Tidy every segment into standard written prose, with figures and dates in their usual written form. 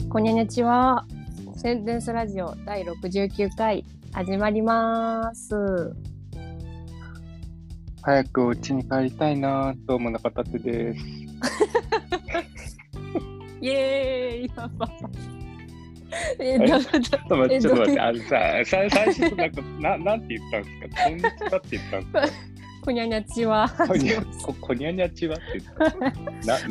こんにちは。センテンスラジオ第69回始まります。 早くお家に帰りたいな。どうも中立です。 イエーイ。やばちょっと待って、最初なんて言ったんですか。こんにちはって言ったんですか。 こにゃにゃちは。 こにゃにゃちはって言った。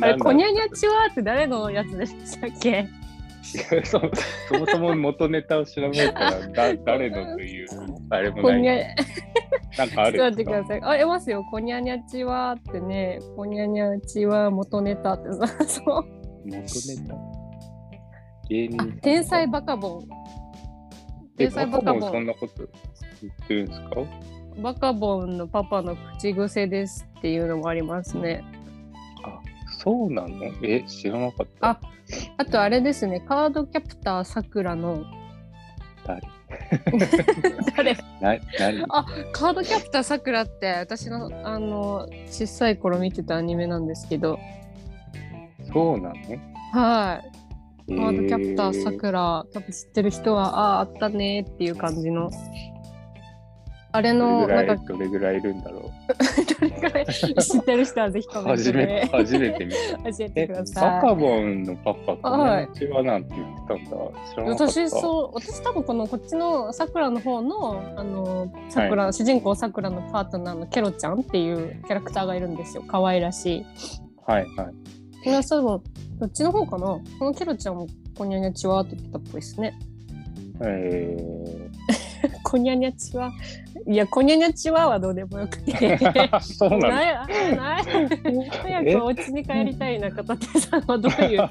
あれこにゃにゃちはって誰のやつでしたっけ？ そもそも元ネタを知らないから誰のというあれもない。なんかあるんですか？ ちょっと待ってください。ありますよ。こにゃにゃちはってね。こにゃにゃちは元ネタってさ。そう。 元ネタ。芸人。 天才バカボン。 天才バカボンそんなこと言ってるんですか？ バカボンのパパの口癖ですっていうのもありますね。 あ、そうなの？知らなかった。 あとあれですね、カードキャプターさくらの誰？カードキャプターさくらって私の小さい頃見てたアニメなんですけど。 そうなの？ はい。カードキャプターさくら、多分知ってる人はあったねっていう感じの。あれのどれぐらいいるんだろう。 どれぐらい知ってる人はぜひコメントで初めて見た。 教えてください。 バカボンのパパこんにちはなんて言ってたんだ。知らなかった。 私多分こっちのさくらの方のさくら、はい、主人公さくらのパートナーのケロちゃんっていうキャラクターがいるんですよ。可愛らしい。 はいはい。 皆さんもどっちの方かな。このケロちゃんもこにゃにゃちはって言ってたっぽいですね。こにゃにゃちは。いや、こにゃにゃちはどうでもよくて。 そうなんだ。 早くお家に帰りたいな、片手さんはどういう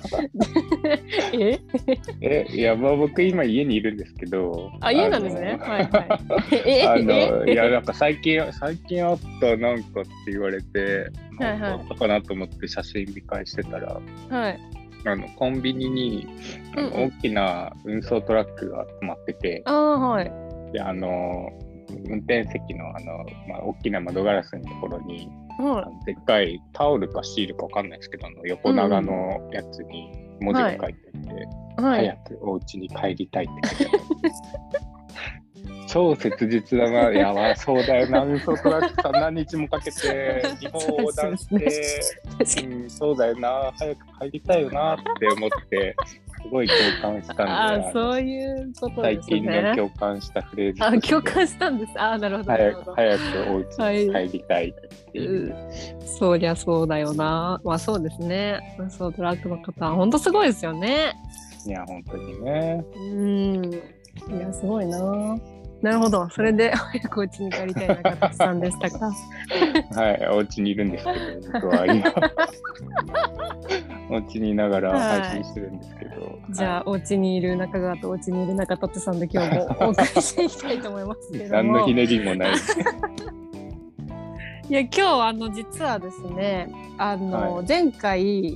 いや、僕今家にいるんですけど。 家なんですね。はいはい。 いや、なんか最近あったなんかって言われて、なんかあったかなと思って写真見返してたら、 はい。 コンビニに大きな運送トラックが止まってて、 はい。 で運転席の大きな窓ガラスのところに、でっかいタオルかシールかわかんないですけど横長のやつに文字が書いてあって、早くお家に帰りたいって書いてあって超切実だな。やばい、そうだよな。運送トラックさん何日もかけて日本を横断して、そうだよな。早く帰りたいよなって思ってすごい共感したんで。 そういうことですね。 最近の共感したフレーズ。 共感したんです。なるほど。 早くお家に帰りたいっていう。 そりゃそうだよな。まあそうですね。運送トラックの方本当すごいですよね。 いや本当にね。 いやすごいな。なるほど。それで早くお家に帰りたい中田さんでしたか。 はい、お家にいるんですけど、僕は今お家にいながら配信してるんですけど。 じゃあ、お家にいる中川とお家にいる中田さんで今日もお送りしていきたいと思いますけども。 何のひねりもない。 いや今日実はですね前回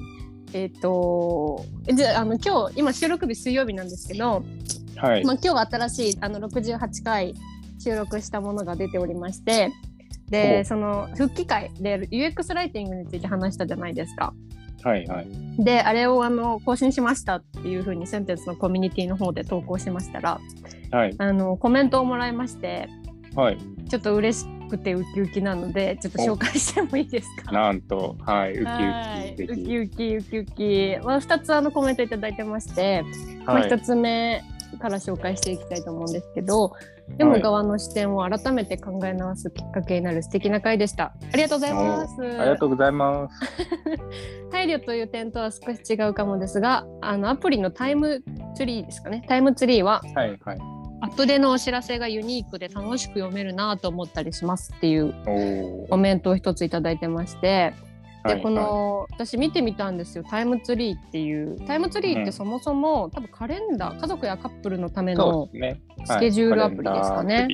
今日今収録日水曜日なんですけど。はい。今日は新しい68回収録したものが出ておりまして、でその復帰会で UX ライティングについて話したじゃないですか。 はいはい。 であれを更新しましたっていう風にセンテンスのコミュニティの方で投稿しましたら、はい、コメントをもらいまして、はい、ちょっと嬉しくてウキウキなのでちょっと紹介してもいいですか？ なんとはいウキウキウキ、2つコメントいただいてまして、1つ目から紹介していきたいと思うんですけど、読む側の視点を改めて考え直すきっかけになる素敵な回でした。ありがとうございます。 ありがとうございます。 配慮という点とは少し違うかもですが、アプリのタイムツリーですかね。タイムツリーは、はいはい、アップデのお知らせがユニークで楽しく読めるなと思ったりしますっていうコメントを一ついただいてまして、で私見てみたんですよ。タイムツリーっていうタイムツリーってそもそも、多分カレンダー、家族やカップルのためのスケジュールアプリですかね。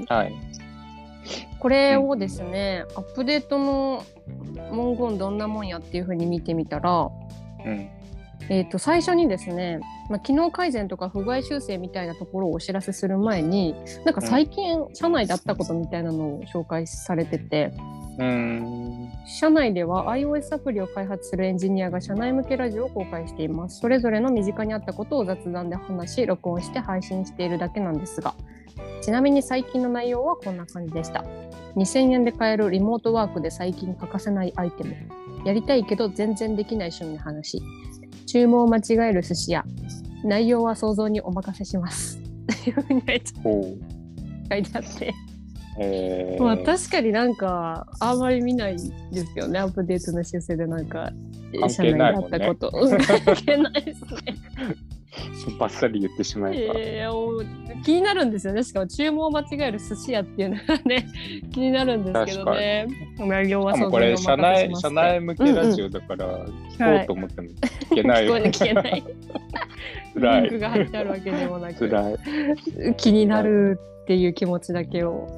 これをですね、アップデートの文言どんなもんやっていう風に見てみたら、最初にですね、機能改善とか不具合修正みたいなところをお知らせする前に、なんか最近社内であったことみたいなのを紹介されてて、 社内では iOS アプリを開発するエンジニアが社内向けラジオを公開しています。それぞれの身近にあったことを雑談で話し、録音して配信しているだけなんですが、ちなみに最近の内容はこんな感じでした。2000円で買えるリモートワークで最近欠かせないアイテム。やりたいけど全然できない趣味の話。注文を間違える寿司屋。内容は想像にお任せします。というふうに書いてあって。まあ確かになんかあんまり見ないですよね、アップデートの修正でなんか社内にあったこと。関係ないですね。 バッサリ言ってしまえば。 気になるんですよね。しかも注文を間違える寿司屋っていうのがね気になるんですけどね。内容は想像にお任せします。 これ社内向けラジオだから聞こうと思っても聞けないよ、ね。 聞けない。 辛い。 リンクが貼ってあるわけでもなく辛い。 気になるっていう気持ちだけを。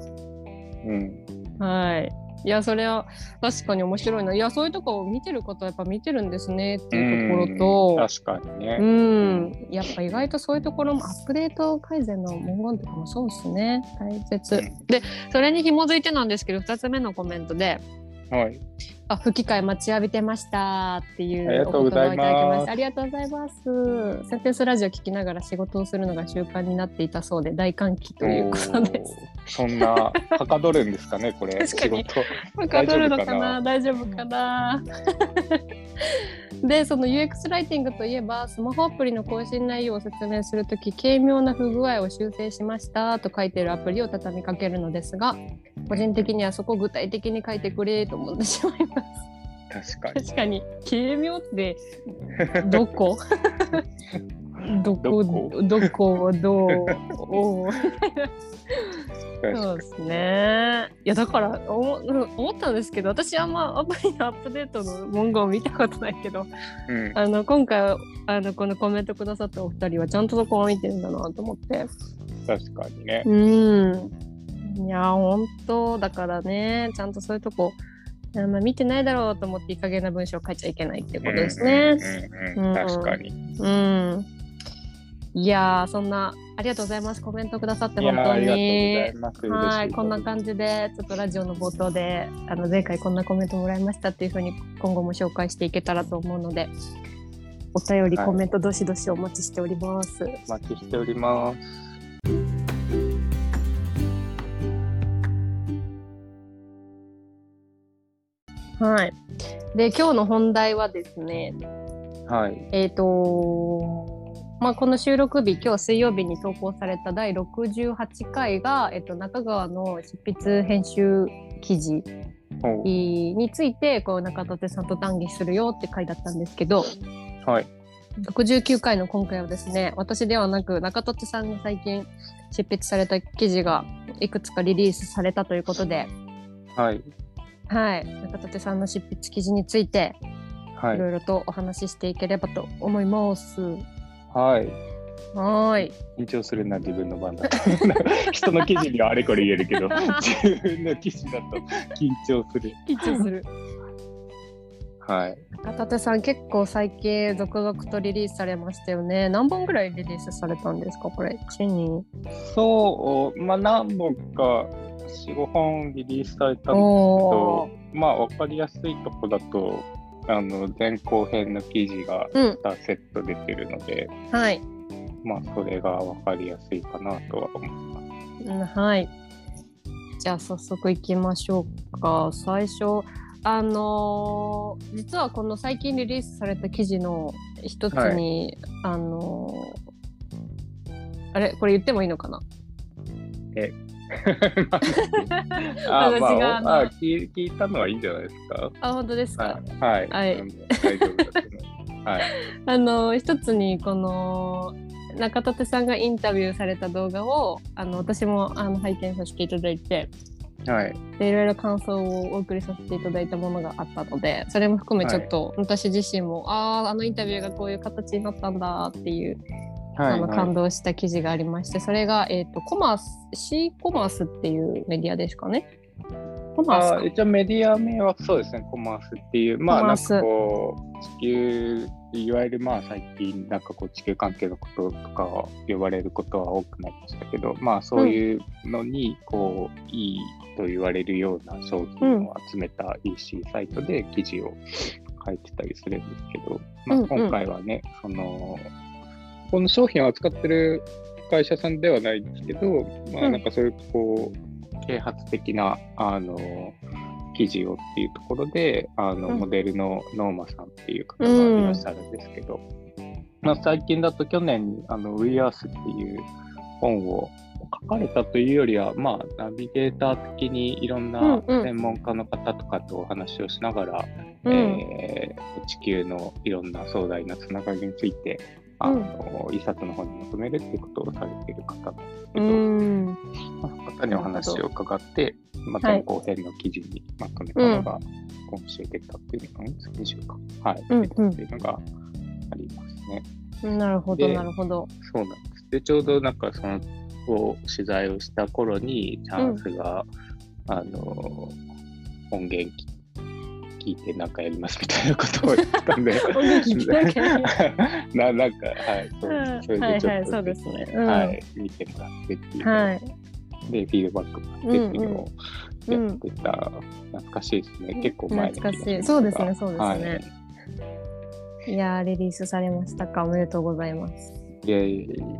はい。いやそれは確かに面白いな。いやそういうとこを見てる方はやっぱ見てるんですねっていうところと、確かにね。 やっぱ意外とそういうところもアップデート改善の文言とかもそうですね。大切。でそれに紐づいてなんですけど2つ目のコメントで、吹き替え待ちわびてましたっていうお言葉をいただきました。ありがとうございます。センテンスラジオ聞きながら仕事をするのが習慣になっていたそうで大歓喜ということです。 そんなはかどるんですかねこれ。 確かにはかどるのかな、大丈夫かな。でその UX ライティングといえばスマホアプリの更新内容を説明するとき軽妙な不具合を修正しましたと書いているアプリを畳みかけるのですが、個人的にはそこを具体的に書いてくれと思ってしまいます。確かに軽妙ってどこどこをどうそうですね。いやだから思ったんですけど、私あんまアプリのアップデートの文言を見たことないけど、今回このコメントくださったお二人はちゃんとそこを見てるんだなと思って。 確かにね。 いや本当だからね、ちゃんとそういうとこ見てないだろうと思っていい加減な文章を書いちゃいけないっていうことですね。 確かに。 いやそんなありがとうございます。コメントくださって本当に。はい、こんな感じでちょっとラジオの冒頭で前回こんなコメントもらいましたっていう風に今後も紹介していけたらと思うので、お便り、コメントどしどしお待ちしております。 お待ちしております。 はい。で今日の本題はですね。 はい。 この収録日今日水曜日に投稿された第68回が、中川の執筆編集記事についてこう中立さんと談義するよって回だったんですけど、69回の今回はですね、私ではなく中立さんが最近執筆された記事がいくつかリリースされたということで、中立さんの執筆記事についていろいろとお話ししていければと思います。 緊張するな、自分の番だ。人の記事にはあれこれ言えるけど自分の記事だと緊張する。 中立さん結構最近続々とリリースされましたよね。何本ぐらいリリースされたんですかこれ。 そう、何本か 4,5 本リリースされたんですけど、分かりやすいとこだと前後編の記事が2セット出てるので、それが分かりやすいかなとは思います。 じゃあ早速いきましょうか。最初実はこの最近リリースされた記事の一つに、あれこれ言ってもいいのかな。 聞いたのはいいんじゃないですか。 本当ですか。 大丈夫だと思う。一つにこの中立さんがインタビューされた動画を私も拝見させていただいて、でいろいろ感想をお送りさせていただいたものがあったので、それも含めちょっと私自身もインタビューがこういう形になったんだっていう感動した記事がありまして、それが、C コマースっていうメディアですかね。 コマースか。 一応メディア名はそうですね、コマースっていう、まあなんかこう、地球、いわゆるまあ最近なんかこう地球関係のこととか呼ばれることは多くなりましたけど、まあそういうのにこう、いいと言われるような商品を集めた EC サイトで記事を書いてたりするんですけど、まあ今回はね、この商品を扱ってる会社さんではないんですけど、まあなんかそういうこう、啓発的な記事をっていうところでモデルのノーマさんっていう方がいらっしゃるんですけど、まあ、最近だと去年にWe Earth っていう本を書かれたというよりは、まあ、ナビゲーター的にいろんな専門家の方とかとお話をしながら、地球のいろんな壮大なつながりについて一冊の本にまとめるっていうことをされている方なんですけど、まあ、その方にお話を伺って、まあ、前後編の記事にまとめたのが今週出たっていうのが、先週か、はい、出たっていうのがありますね。なるほど、なるほど。 そうなんです。で、ちょうどなんかその取材をした頃にチャンスが、音源聞いてなんかやりますみたいなことを言ってたんでなんか、はい、それでちょっと、 そうですね、 はい、見てもらってっていう、で、フィードバックもらってっていうのをやってた、懐かしいですね。結構前の気がしますが。懐かしい。 そうですね、そうですね。いやー、リリースされましたか。おめでとうございます。 いやいやいや。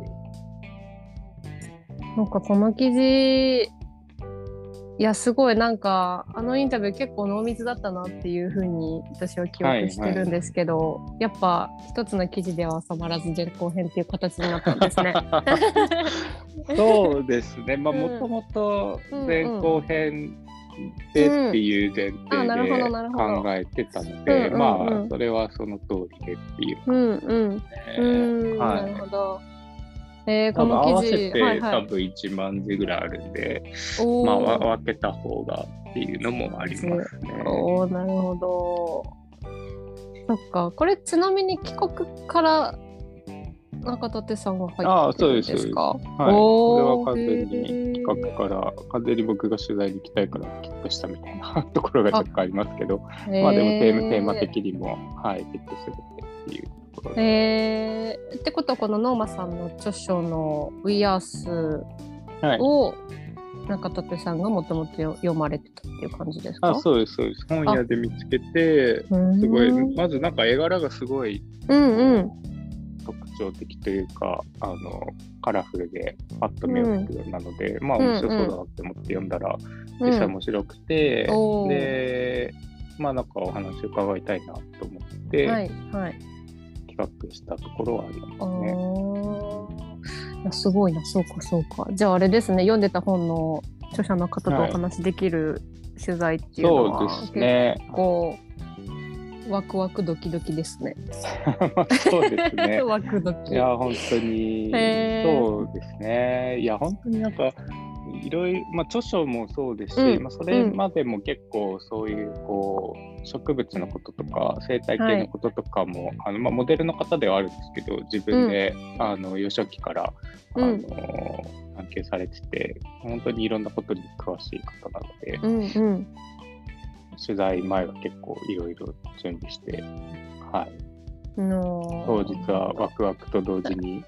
なんかこの記事、いやすごいなんかインタビュー結構濃密だったなっていう風に私は記憶してるんですけど、やっぱ一つの記事では収まらず前後編っていう形になったんですね。 そうですね。まあもともと前後編でっていう前提で考えてたので、まあそれはその通りでっていうか、 なるほど。 この記事多分1万字ぐらいあるんで、まあ分けた方がっていうのもありますね。 なるほど。そっか。これちなみに帰国から中立さんが入ってるんですか？ はい。これは完全に企画から完全に僕が取材に行きたいから企画したみたいなところが若干ありますけど、まあでもテーマ的にもはいフィットするっていう。 ってことはこのノーマさんの著書の We Earth を中立さんがもともと読まれてたっていう感じですか？ そうですそうです。本屋で見つけてすごいまずなんか絵柄がすごい特徴的というかカラフルでパッと目を引くようなので、まあ面白そうだなって思って読んだら実際面白くて、でまあなんかお話を伺いたいなと思って。企画したところはありますね。 いやすごいな、そうかそうか。じゃああれですね、読んでた本の著者の方とお話できる取材っていうのは、 そうですね、 結構ワクワクドキドキですね。 そうですね。 ワクドキ。 いや本当にそうですね。いや本当になんかいろいろ、まあ、著書もそうですし、まあ、それまでも結構そういうこう植物のこととか生態系のこととかも、まあ、モデルの方ではあるんですけど自分で、幼少期から探求されてて本当にいろんなことに詳しい方なので、取材前は結構いろいろ準備して、はい。当日はワクワクと同時に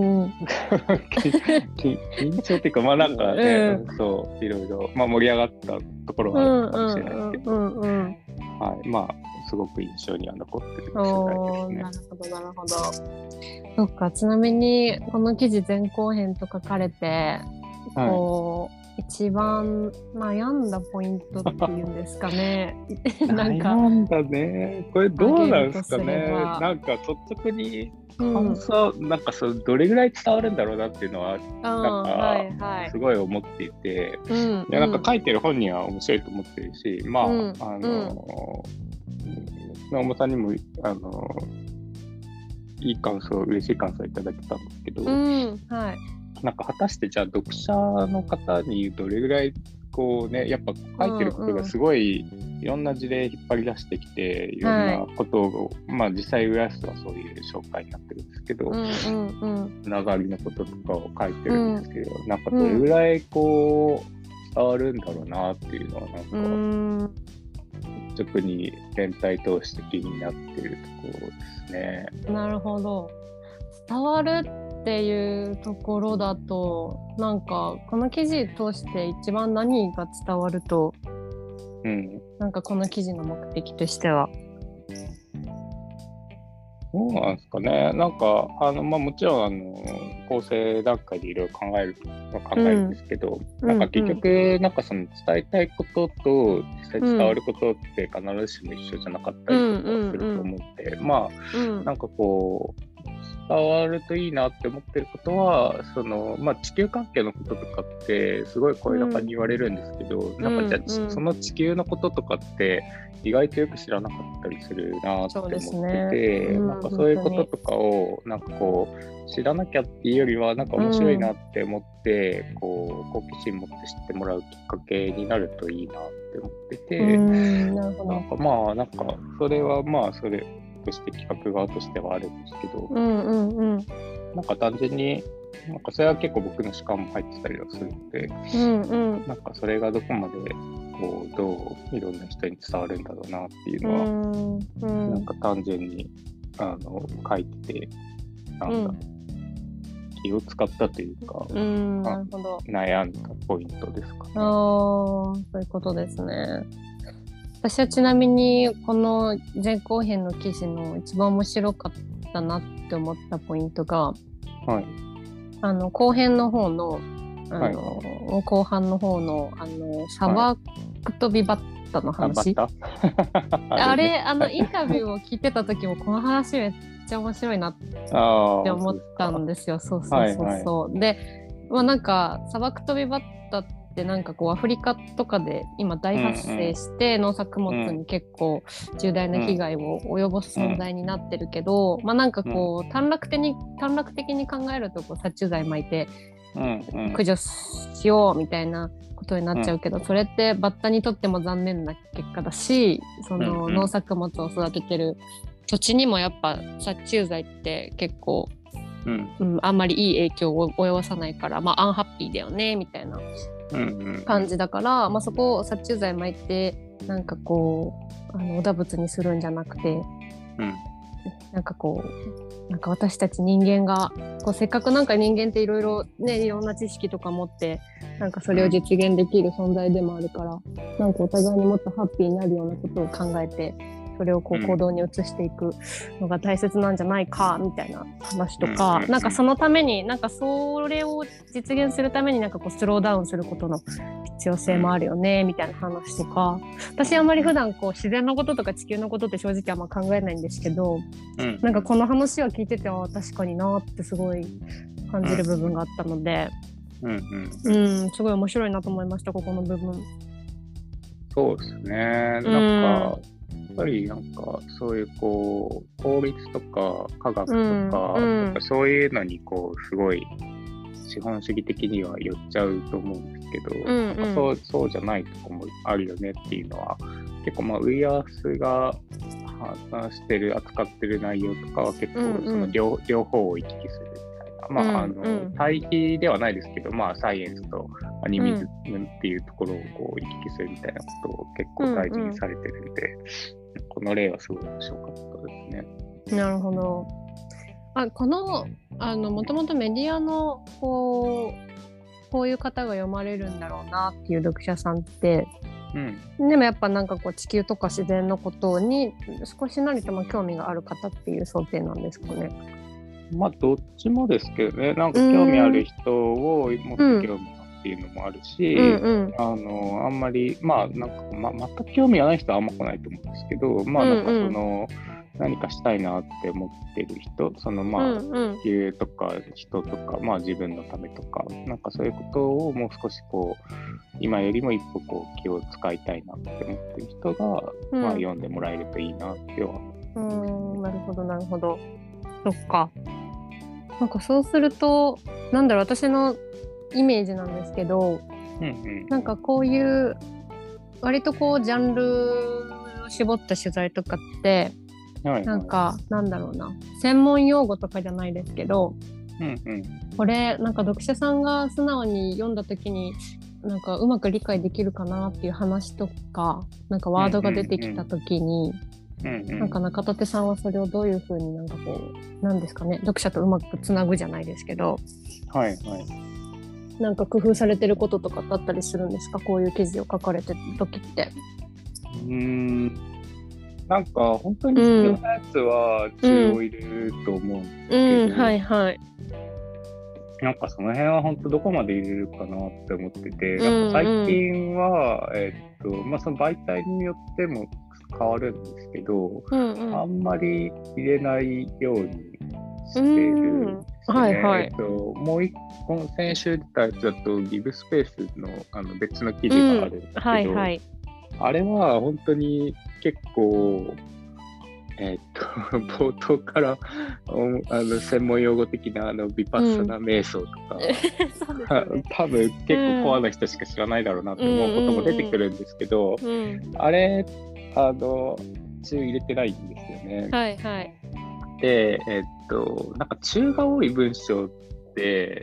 緊張っていうかまあなんかね、そういろいろ、まあ、盛り上がったところはあるかもしれないですけど、はい、まあすごく印象には残ってる取材ですね。 なるほどなるほど。そっか。ちなみにこの記事前後編と書かれてこう、一番悩んだポイントっていうんですかね。 なんか悩んだね。これどうなんですかね。なんか率直に感想、なんかどれぐらい伝わるんだろうなっていうのはなんかすごい思っていて、いやなんか書いてる本人は面白いと思ってるし、まあ直茂さんにもいい感想、嬉しい感想いただけたんですけど。なんか果たしてじゃあ読者の方にどれぐらいこうねやっぱ書いてることがすごいいろんな事例引っ張り出してきていろんなことを、まあ実際ウエストはそういう紹介になってるんですけど、つながりのこととかを書いてるんですけど、なんかどれぐらいこう伝伝わるんだろうなっていうのはなんか率直に全体通して気になってるところですね。 なるほど。伝わるっていうところだとなんかこの記事通して一番何が伝わると、なんかこの記事の目的としては。 どうなんですかね。なんかもちろん構成段階でいろいろ考えるんですけど、なんか結局なんかその伝えたいことと実際伝わることって必ずしも一緒じゃなかったりとかすると思って、なんかこう伝わるといいなって思ってることは地球環境のこととかってすごい声高に言われるんですけど、なんかじゃあその地球のこととかって意外とよく知らなかったりするなって思ってて、なんかそういうこととかをなんかこう知らなきゃっていうよりはなんか面白いなって思って、こう好奇心持って知ってもらうきっかけになるといいなって思ってて、なんかなんかそれはそれとして企画側としてはあるんですけど、なんか単純になんかそれは結構僕の主観も入ってたりはするので、なんかそれがどこまでこうどういろんな人に伝わるんだろうなっていうのは、なんか単純に書いててなんか気を使ったというか、 なるほど、 悩んだポイントですかね。 そういうことですね。私はちなみにこの前後編の記事の一番面白かったなって思ったポイントが、後編の方の後半の方の砂漠飛びバッタの話、あれインタビューを聞いてた時もこの話めっちゃ面白いなって思ったんですよ。そうで、なんか砂漠飛びバッタってなんかこうアフリカとかで今大発生して農作物に結構重大な被害を及ぼす存在になってるけど、なんかこう短絡的に考えるとこう殺虫剤撒いて駆除しようみたいなことになっちゃうけど、それってバッタにとっても残念な結果だし、その農作物を育ててる土地にもやっぱ殺虫剤って結構あんまりいい影響を及ぼさないから、アンハッピーだよねみたいな感じだから、そこを殺虫剤撒いてなんかこうお打仏にするんじゃなくて、なんかこうなんか私たち人間がこうせっかくなんか人間っていろいろねいろんな知識とか持ってなんかそれを実現できる存在でもあるから、なんかお互いにもっとハッピーになるようなことを考えてそれをこう行動に移していくのが大切なんじゃないかみたいな話とか、なんかそのためになんかそれを実現するためになんかこうスローダウンすることの必要性もあるよねみたいな話とか、私あんまり普段こう自然のこととか地球のことって正直あんま考えないんですけど、なんかこの話を聞いてて確かになってすごい感じる部分があったので、すごい面白いなと思いました、ここの部分。 そうですね。なんかやっぱりなんかそういうこう法律とか科学とか、なんかそういうのにこうすごい資本主義的には寄っちゃうと思うんですけど、なんかそうじゃないとこもあるよねっていうのは結構ウイアースが話してる扱ってる内容とかは結構その両方を行き来するみたいな、対比ではないですけど、サイエンスとアニミズムっていうところをこう行き来するみたいなことを結構大事にされてるんで、この例はすごい面白かったですね。 なるほど。このもともとメディアのこういう方が読まれるんだろうなっていう読者さんって、でもやっぱなんかこう地球とか自然のことに少しなりとも興味がある方っていう想定なんですかね。 どっちもですけどね、なんか興味ある人をもっと興味っていうのもあるし、あんまりなんか全く興味がない人はあんま来ないと思うんですけど、なんかその何かしたいなって思ってる人、その地球とか人とか自分のためとか、なんかそういうことをもう少しこう今よりも一歩こう気を使いたいなって思ってる人が読んでもらえるといいなっては。 なるほどなるほど。そっか。なんかそうするとなんだろう、私のイメージなんですけど、なんかこういう割とこうジャンルを絞った取材とかって、なんかなんだろうな、専門用語とかじゃないですけど、これなんか読者さんが素直に読んだ時になんかうまく理解できるかなっていう話とかなんかワードが出てきた時に、なんか中立さんはそれをどういうふうになんかこうなんですかね、読者とうまくつなぐじゃないですけど、 はいはい、 なんか工夫されてることとかだったりするんですか、こういう記事を書かれてる時って。 なんか本当に必要なやつは中を入れると思うんですけど、 はいはい。 なんかその辺は本当どこまで入れるかなって思ってて、なんか最近は、まあ、その媒体によっても変わるんですけど、あんまり入れないようにしてるんですね。はいはい、もう一本先週出たやつだとギブスペースの、別の記事があるんですけど、はいはい、あれは本当に結構冒頭から専門用語的なビパッサナ瞑想とか、ね、多分結構コアな人しか知らないだろうなって思うことも出てくるんですけど、あれ中入れてないんですよね。はいはい、で、なんか中が多い文章って、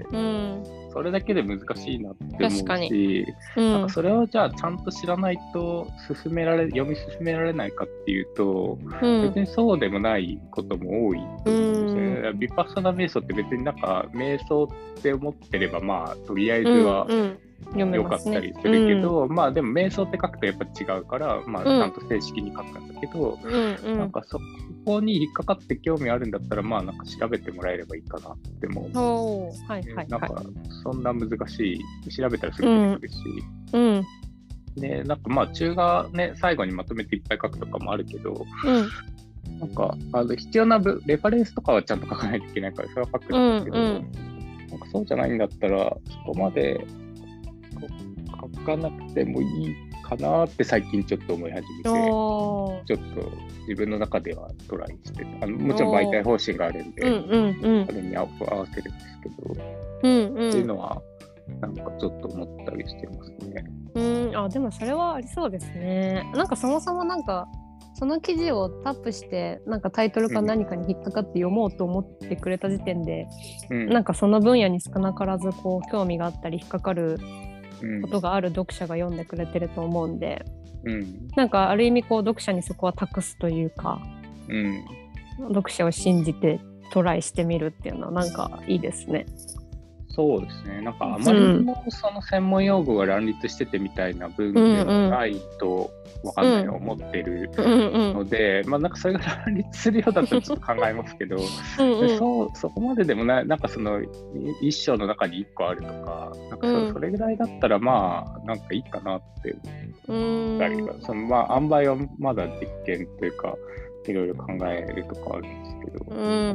それだけで難しいなって思うし、なんかそれをじゃあちゃんと知らないと読み進められないかっていうと、別にそうでもないことも多いと思うんですよね。ビパッサナ瞑想って別になんか瞑想って思ってればまあとりあえずは良かったりするけど、まあでも瞑想って書くとやっぱ違うから、まあちゃんと正式に書くんだけど、なんかそこに引っかかって興味あるんだったらまあなんか調べてもらえればいいかなって思う。なんかそんな難しい、調べたらすぐ出てくるし、でなんかまあ中がね最後にまとめていっぱい書くとかもあるけど、なんか必要なレファレンスとかはちゃんと書かないといけないからそれは書くんですけど、なんかそうじゃないんだったらそこまで書かなくてもいいかなって最近ちょっと思い始めて、ちょっと自分の中ではトライして、もちろん媒体方針があるんで、それに合わせるんですけど、っていうのはなんかちょっと思ったりしてますね。 でもそれはありそうですね。なんかそもそもなんかその記事をタップしてなんかタイトルか何かに引っかかって読もうと思ってくれた時点で、なんかその分野に少なからずこう興味があったり引っかかることがある読者が読んでくれてると思うんで、なんかある意味こう読者にそこは託すというか、読者を信じてトライしてみるっていうのはなんかいいですね。 そうですね。なんかあまりにもその専門用語が乱立しててみたいな部分ではないとわかんないのを思ってるので、まあなんかそれが乱立するようだったらちょっと考えますけど、そこまででもない、なんかその一章の中に一個あるとか、なんかそれぐらいだったらまあなんかいいかなって思ったりは、そのまあ塩梅はまだ実験というかいろいろ考えるとかあるんですけど、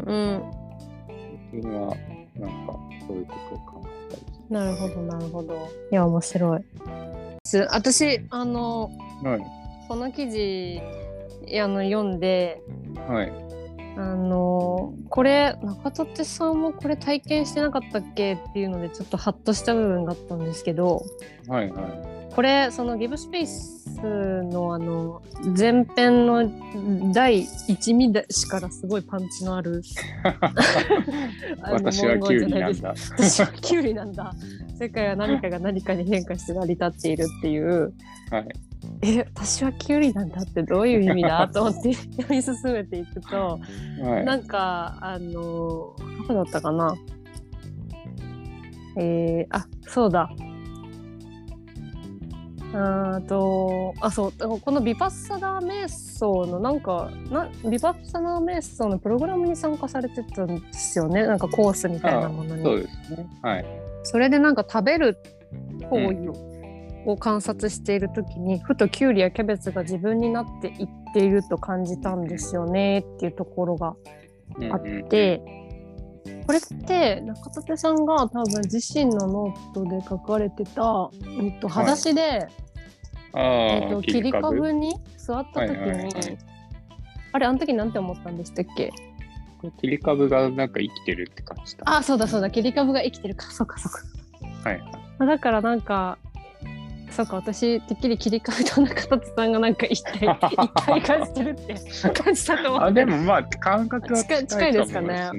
最近はなんかそういうことを考えたりして。 なるほどなるほど。いや面白い。私この記事読んで、これ中立さんもこれ体験してなかったっけっていうのでちょっとハッとした部分があったんですけど、これそのギブスペースの前編の第1見出しからすごいパンチのある私はキュウリなんだ私はキュウリなんだ世界は何かが何かに変化して成り立っているっていう、私はキュウリなんだってどういう意味だと思って読み進めていくと、なんかどこだったかな、そうだそうこのビパッサナ瞑想のビパッサナ瞑想のプログラムに参加されてたんですよね、なんかコースみたいなものに。 そうですね。 それでなんか食べる行為を観察しているときにふとキュウリやキャベツが自分になっていっていると感じたんですよねっていうところがあって、これって中立さんが多分自身のノートで書かれてた、裸足で、切り株に座った時に、あの時なんて思ったんでしたっけ？ 切り株がなんか生きてるって感じだ。 そうだ切り株が生きてるか、そうか。だからなんかそうか、私てっきり切り株と中立さんがなんか一体化してるって感じたと思って。 でもまあ感覚は近いですかね。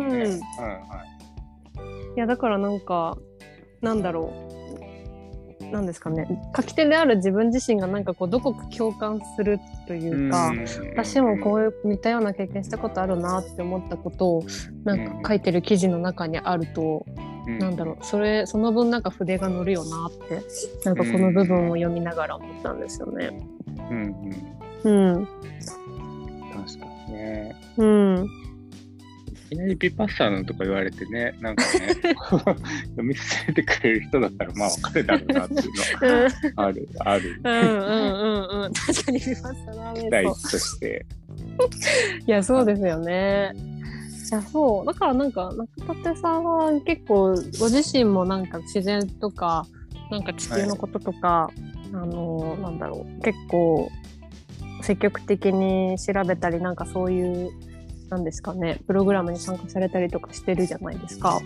いやだからなんかなんだろう、 なんですかね、書き手である自分自身がなんかこうどこか共感するというか、私もこういう似たような経験したことあるなって思ったことをなんか書いてる記事の中にあると、なんだろう、その分なんか筆が乗るよなってなんかこの部分を読みながら思ったんですよね。 確かにね。いきなりビパッサーのとか言われてね、なんかね読み進めてくれる人だったらまあ分かるだろうなっていうのはある。 確かにビパッサーな期待としていやそうですよね。いやそうだからなんか中立さんは結構ご自身もなんか自然とかなんか地球のこととか、なんだろう、結構積極的に調べたりなんかそういうなんですかね、プログラムに参加されたりとかしてるじゃないですか。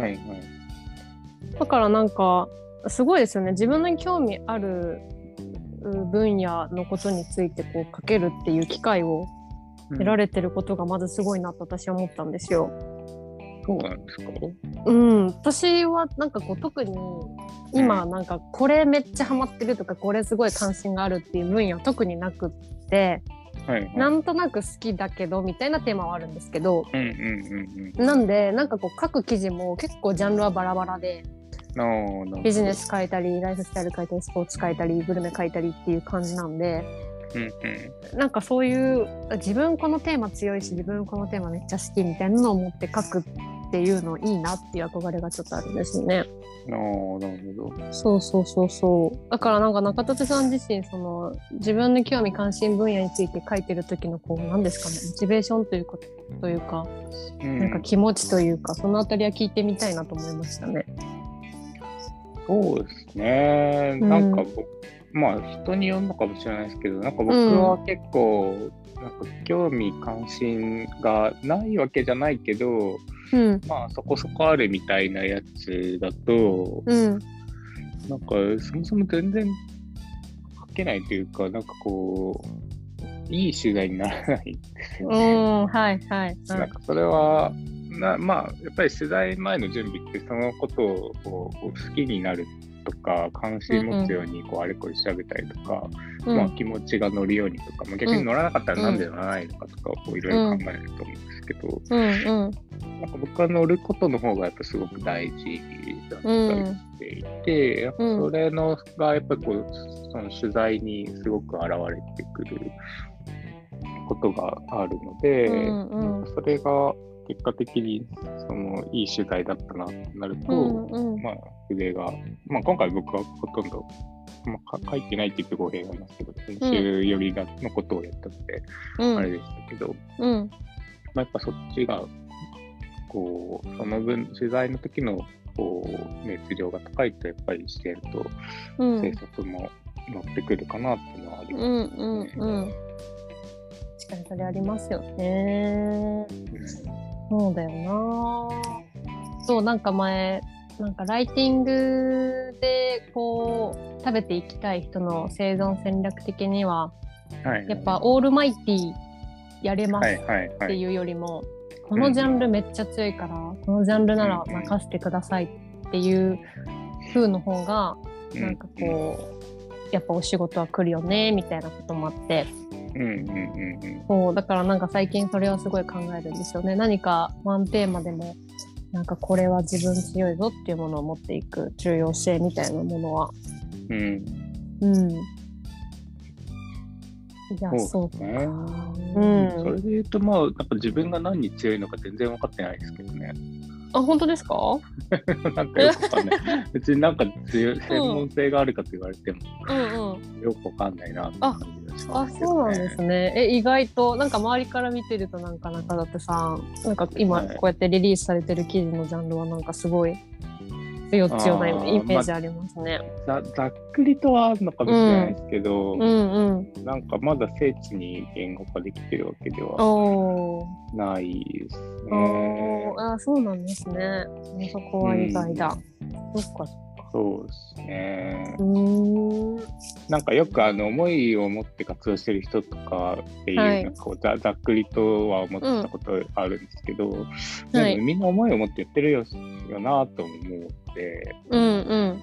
だからなんかすごいですよね。自分の興味ある分野のことについてこう書けるっていう機会を得られてることがまずすごいなと私は思ったんですよ。 そうなんですか？ 私はなんかこう特に今なんかこれめっちゃハマってるとかこれすごい関心があるっていう分野は特になくって、なんとなく好きだけどみたいなテーマはあるんですけど、なんでなんかこう書く記事も結構ジャンルはバラバラで、ビジネス書いたりライフスタイル書いたりスポーツ書いたりグルメ書いたりっていう感じなんで、なんかそういう自分このテーマ強いし自分このテーマめっちゃ好きみたいなのを持って書くっていうのいいなっていう憧れがちょっとあるんですね。 なるほど。 そうだからなんか中立さん自身その自分の興味関心分野について書いてる時のこう何ですかね、モチベーションというか、なんか気持ちというかそのあたりは聞いてみたいなと思いましたね。 そうですね、なんかまあ人によるのかもしれないですけど、なんか僕は結構なんか興味関心がないわけじゃないけど、まあそこそこあるみたいなやつだと、なんかそもそも全然書けないというか、なんかこういい取材にならないんですよね。なんかそれはまあやっぱり取材前の準備ってそのことをこう好きになるとか関心持つようにこうあれこれ調べたりとか、まあ、気持ちが乗るようにとか、まあ、逆に乗らなかったらなんで乗らないのかとかをいろいろ考えると思うんですけど、なんか僕は乗ることの方がやっぱすごく大事だったりしていて、やっぱそれのがやっぱこうその取材にすごく現れてくることがあるので、それが結果的にそのいい取材だったなとなると、まあ筆が、まあ、今回僕はほとんど、まあ、書いてないって言って語弊がありますけど、編集寄りのことをやったので、あれでしたけど、まあ、やっぱそっちがこうその分取材の時のこう熱量が高いとやっぱり自然と制作も乗ってくるかなっていうのはありますね。 確かにそれありますよね。そうだよな。そうなんか前なんかライティングでこう食べていきたい人の生存戦略的には、やっぱオールマイティやれますっていうよりも、このジャンルめっちゃ強いから、このジャンルなら任せてくださいっていう風の方がなんかこうやっぱお仕事は来るよねみたいなこともあって、そうだからなんか最近それはすごい考えるんですよね。何かワンテーマでもなんかこれは自分強いぞっていうものを持っていく重要性みたいなものは、いやそうですね。 それで言うとまあなんか自分が何に強いのか全然分かってないですけどね。 あ、本当ですか？ なんかよくわかんない。別になんか専門性があるかと言われても、よくわかんないなって感じがしますけどね。 そうなんですね。意外となんか周りから見てるとなんか中立さんなんか今こうやってリリースされてる記事のジャンルはなんかすごい強なイメージありますね。 ざっくりとはあるのかもしれないですけど、なんかまだ精緻に言語化できてるわけではないですね。 そうなんですね。そこは意外だ。そっか。 そうですね。なんかよく思いを持って活動してる人とかっていう、なんかこうざっくりとは思ったことあるんですけど、でもみんな思いを持ってやってるよなと思って、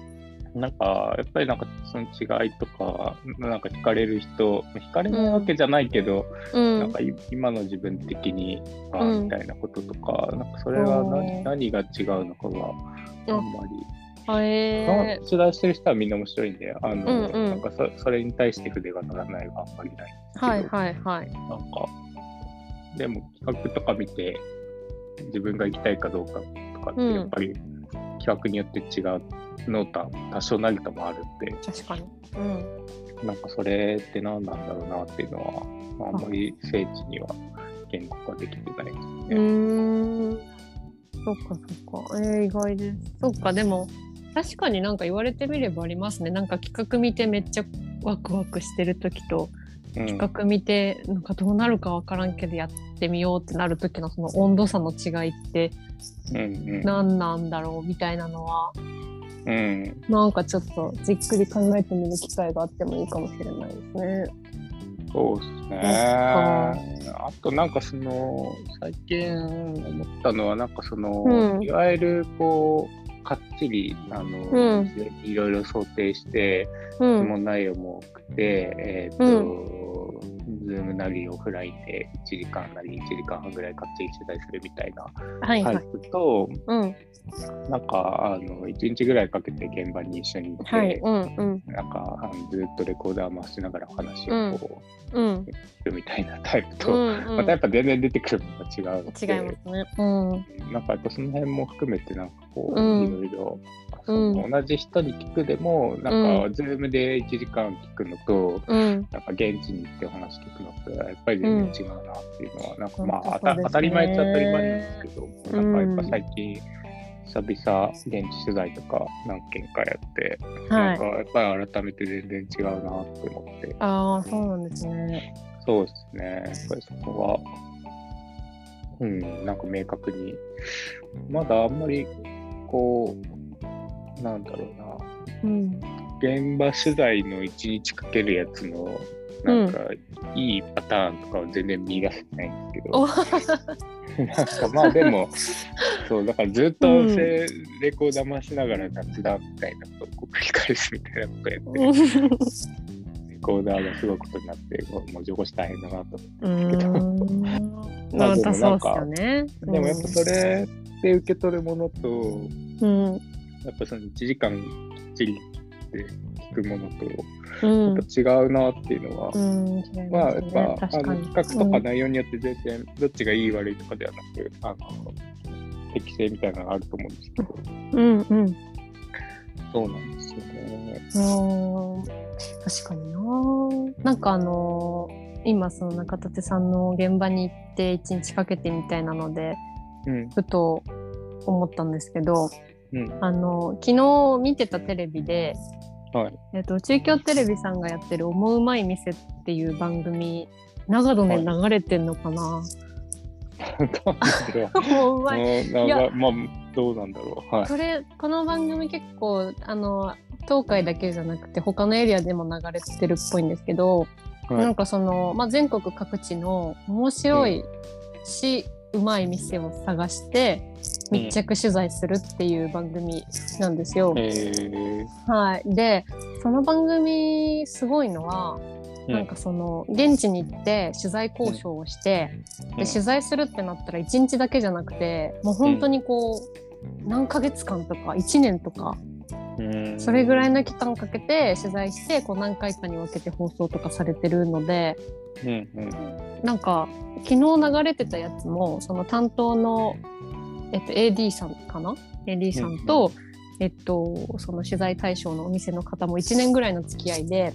なんかやっぱりなんかその違いとかなんか惹かれる人惹かれないわけじゃないけど、なんか今の自分的にみたいなこととか、なんかそれが何が違うのかがあんまり。取材してる人はみんな面白いんで、なんかそれに対して筆が乗らないはあんまりないんですけど、 はいはいはい。 なんかでも企画とか見て自分が行きたいかどうかとかってやっぱり企画によって違うの多少なりともあるんで、 確かに、 なんかそれって何なんだろうなっていうのはあんまり精緻には言語化できてないですね。 そっかそっか、意外です。そっか、でも確かになんか言われてみればありますね。なんか企画見てめっちゃワクワクしてる時と、企画見てなんかどうなるかわからんけどやってみようってなる時のその温度差の違いって何なんだろうみたいなのは、なんかちょっとじっくり考えてみる機会があってもいいかもしれないですね。 そうですね。あとなんかその最近思ったのはなんかその、いわゆるこうかっちりいろいろ想定して質問内容も多くて、ズームなりオフラインで1時間なり1時間半ぐらいかっちり取材するみたいなタイプと、なんか1日ぐらいかけて現場に一緒に行って、なんかずっとレコーダー回しながらお話をこう聞くみたいなタイプと、またやっぱ全然出てくるのが違うので、 違いますね。 なんかやっぱその辺も含めてなんかこういろいろ同じ人に聞くでもなんかズームで1時間聞くのと、なんか現地に行ってお話聞くのとやっぱり全然違うなっていうのは、なんかまあ当たり前っちゃ当たり前なんですけど、なんかやっぱ最近久々現地取材とか何件かやって、なんかやっぱり改めて全然違うなって思って。 ああ、そうなんですね。 そうですね。やっぱりそこはなんか明確にまだあんまりこうなんだろうな、現場取材の1日かけるやつのなんかいいパターンとかは全然見出せないんですけど、なんかまあでもそうだからずっとレコーダー回しながら雑談みたいなことをこう繰り返すみたいなことやってレコーダーがすごいことになって文字起こし大変だなと思うんですけどまあでもなんかでもやっぱそれで受け取るものと、やっぱその1時間きっちりで聞くものとやっぱ違うなっていうのは、まあやっぱ企画とか内容によって全然どっちがいい悪いとかではなく適性みたいなのがあると思うんですけど、そうなんですよね。 確かにな。なんか今その中立さんの現場に行って1日かけてみたいなので、ふと思ったんですけど、昨日見てたテレビで、中京テレビさんがやってる思うまい店っていう番組、長野で流れてんのかな。思うまい。いや、 まあどうなんだろう。 この番組結構東海だけじゃなくて他のエリアでも流れてるっぽいんですけど、なんかその全国各地の面白いし、うまい店を探して密着取材するっていう番組なんですよ。でその番組すごいのは、なんかその現地に行って取材交渉をして、で取材するってなったら1日だけじゃなくてもう本当にこう何ヶ月間とか1年とか、それぐらいの期間かけて取材してこう何回かに分けて放送とかされてるので、なんか昨日流れてたやつもその担当の、AD さんかな AD さんと、その取材対象のお店の方も1年ぐらいの付き合いで、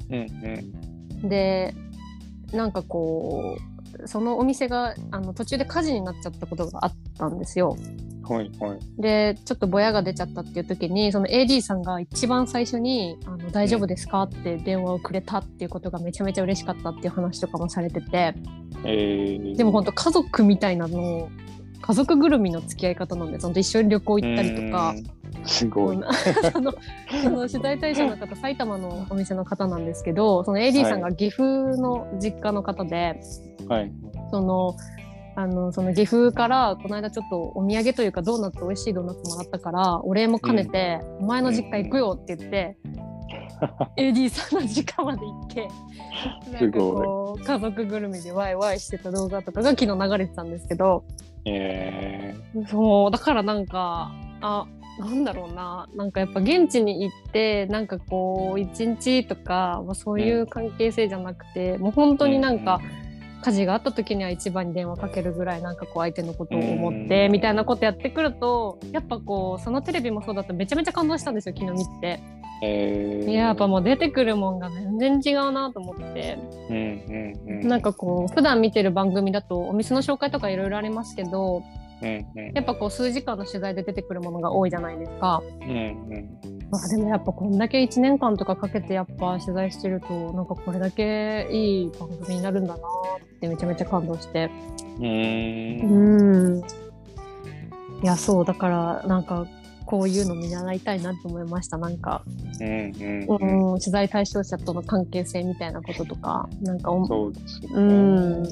でなんかこうそのお店が途中で火事になっちゃったことがあったんですよ。でちょっとぼやが出ちゃったっていう時にその AD さんが一番最初に大丈夫ですかって電話をくれたっていうことがめちゃめちゃ嬉しかったっていう話とかもされてて、でも本当家族みたいなの家族ぐるみの付き合い方なんで、その一緒に旅行行ったりとか、 すごいその取材対象の方埼玉のお店の方なんですけど、その AD さんが岐阜の実家の方で、そのその岐阜からこの間ちょっとお土産というかドーナツ美味しいドーナツもらったからお礼も兼ねて、お前の実家行くよって言って、AD さんの実家まで行ってなんかこう家族ぐるみでワイワイしてた動画とかが昨日流れてたんですけど、そうだからなんかなんだろうな、なんかやっぱ現地に行ってなんかこう一日とか、そういう関係性じゃなくて、もう本当になんか、火事があった時には一番に電話かけるぐらいなんかこう相手のことを思ってみたいなことやってくると、やっぱこうそのテレビもそうだっためちゃめちゃ感動したんですよ昨日見て。やっぱもう出てくるもんが全然違うなと思って、なんかこう普段見てる番組だとお店の紹介とかいろいろありますけど、やっぱこう数時間の取材で出てくるものが多いじゃないですか。でもやっぱこんだけ1年間とかかけてやっぱ取材してるとなんかこれだけいい番組になるんだなってめちゃめちゃ感動して、いやそうだからなんかこういうの見習いたいなと思いました。なんか、取材対象者との関係性みたいなこととかなんかそうですよね。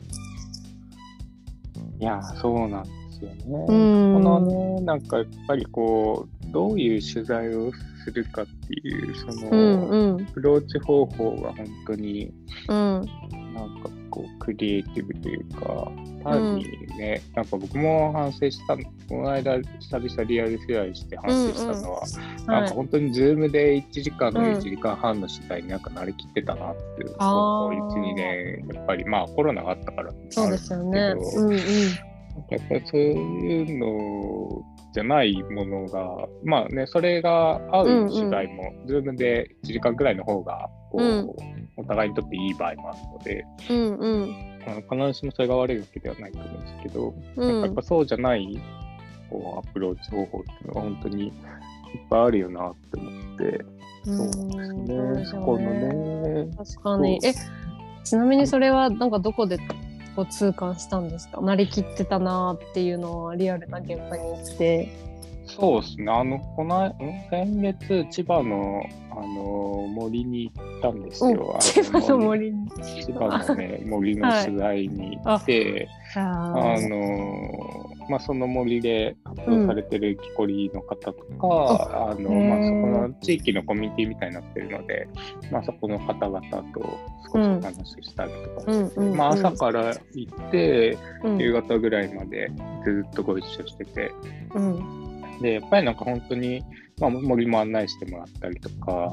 いやそうなんですよね。このねなんかやっぱりこうどういう取材をするかっていうその、アプローチ方法が本当に、なんかこうクリエイティブというか単にね、なんか僕も反省したこの間久々リアル取材して反省したのは、なんか本当にズームで1時間の1時間半の取材になんかなりきってたなっていう、1,2 年やっぱりコロナがあったからそうですよね。 やっぱりそういうのじゃないものがそれが合う取材も、ズームで1時間くらいの方がこう、お互いにとっていい場合もあるので、必ずしもそれが悪いわけではないと思うんですけど、やっぱそうじゃないこうアプローチ方法っていうのは本当にいっぱいあるよなって思って、そうですね、そこのね。 確かに。ちなみにそれはなんかどこでこう痛感したんですか？なりきってたなっていうのはリアルな現場に行って。 そうですね。先月千葉の森に行ったんですよ。 千葉の森に。 千葉のね森の取材に行って、その森で活動されてる木こりの方とか、そこの地域のコミュニティみたいになってるので、そこの方々と少しお話ししたりとかして、朝から行って、夕方ぐらいまでずっとご一緒してて、でやっぱりなんか本当に、森も案内してもらったりとか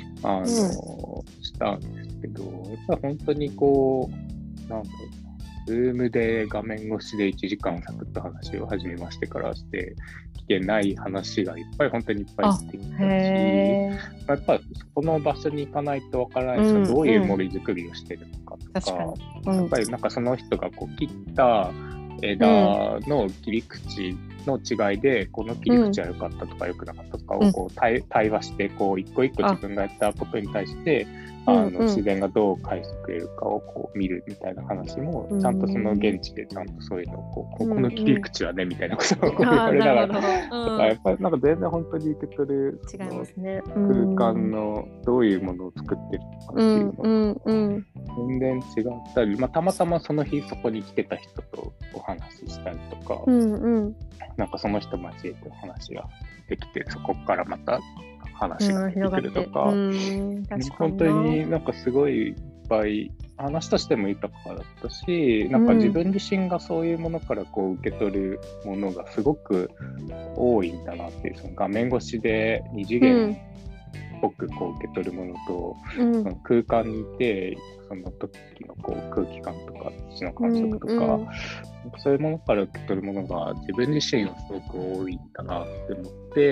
したんですけど、やっぱり本当にこうなんだろうな、Zoom で画面越しで1時間サクッと話を始めましてからしてきてない話が本当にいっぱい出てきたし、やっぱそこの場所に行かないとわからないですが、どういう森作りをしてるのかとか、やっぱりなんかその人がこう切った枝の切り口の違いで、この切り口は良かったとか良くなかったとかをこう対話してこう一個一個自分がやったことに対して自然がどう返してくれるかをこう見るみたいな話もちゃんとその現地でちゃんとそういうのをここの切り口はねみたいなことを言われながら、やっぱりなんか全然本当に受け取る空間のどういうものを作ってるのかっていうの全然違ったり、たまたまその日そこに来てた人とお話ししたりとか、なんかその人交えてお話ができて、そこからまた話が出てくるとか、本当になんかすごいいっぱい話としても豊かだったし、なんか自分自身がそういうものからこう受け取るものがすごく多いんだなっていう、その画面越しで二次元っぽくこう受け取るものと、その空間にいてその時のこう空気感とか土の感触とか、そういうものから受け取るものが自分自身はすごく多いんだなって思って、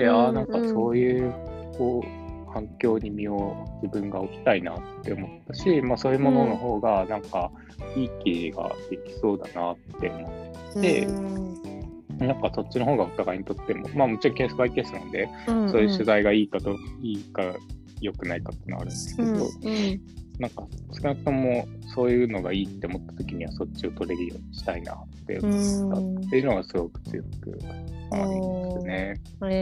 なんかそういうこう環境に身を自分が置きたいなって思ったし、そういうものの方がなんかいい経営ができそうだなって思って、なんかそっちの方がお互いにとっても、もちろんケースバイケースなんで、そういう取材がいいか良くないかっていうのはあるんですけど、なんか少なくともそういうのがいいって思った時にはそっちを取れるようにしたいなって思ったっていうのがすごく強くありますね。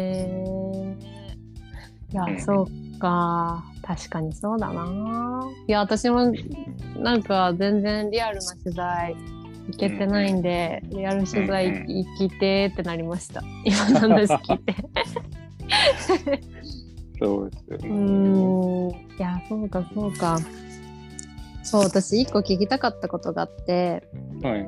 いや、そうか、確かにそうだな。いや、私もなんか全然リアルな取材行けてないんで、リアル取材行きてってなりました。今の話聞いて。 そうですよね。 いや、そうか。そう、私一個聞きたかったことがあって、前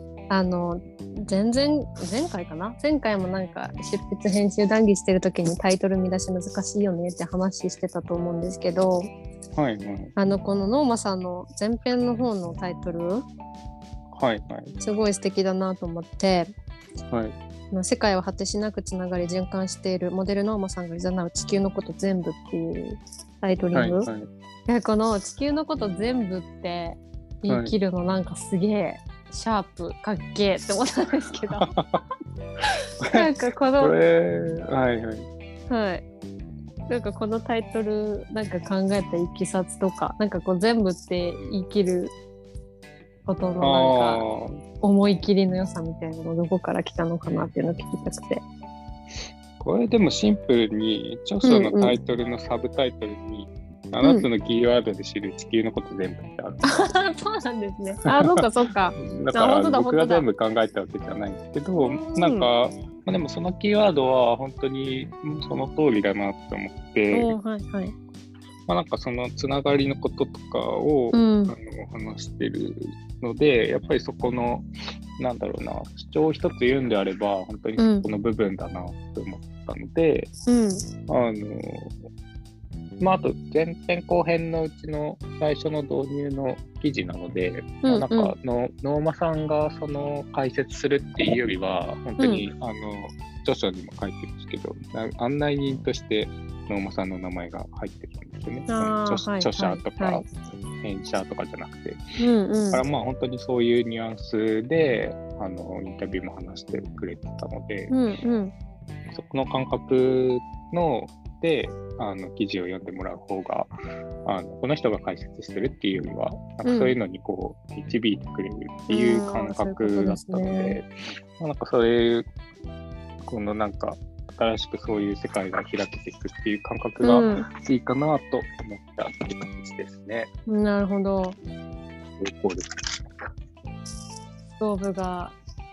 回かな、前回もなんか執筆編集談義してる時にタイトル見出し難しいよねって話してたと思うんですけど、このノーマさんの前編の方のタイトル、すごい素敵だなと思って、世界は果てしなくつながり循環しているモデルノーマさんが誘う地球のこと全部っていうタイトリング、この地球のこと全部って言い切るのなんかすげえシャープかっけえって思ったんですけどなんかこのなんかこのタイトルなんか考えたいきさつとか、なんかこう全部って言い切ることのなんか思い切りの良さみたいなのどこから来たのかなっていうのを聞きたくて。 これでもシンプルに著書のタイトルのサブタイトルに7つのキーワードで知る地球のこと全部ってある、 そうなんですね。そうかだから僕が全部考えたわけじゃないんですけど、なんかでもそのキーワードは本当にその通りだなと思って、なんかそのつながりのこととかを、話してるので、やっぱりそこのなんだろうな、主張を一つ言うんであれば本当にそこの部分だなと思ったので、あと前編後編のうちの最初の導入の記事なので、なんかノーマさんがその解説するっていうよりは本当に、著書にも書いてるんですけど、案内人としてノーマさんの名前が入ってるんですよね。著者とか、編者とかじゃなくて、だから本当にそういうニュアンスでインタビューも話してくれてたので、そこの感覚ので記事を読んでもらう方がこの人が解説してるっていうよりはなんかそういうのにこう導いてくれるっていう感覚だったので、なんかそういうこのなんか新しくそういう世界が開けていくっていう感覚がいいかなと思ったって感じですね。 なるほど。ストーブが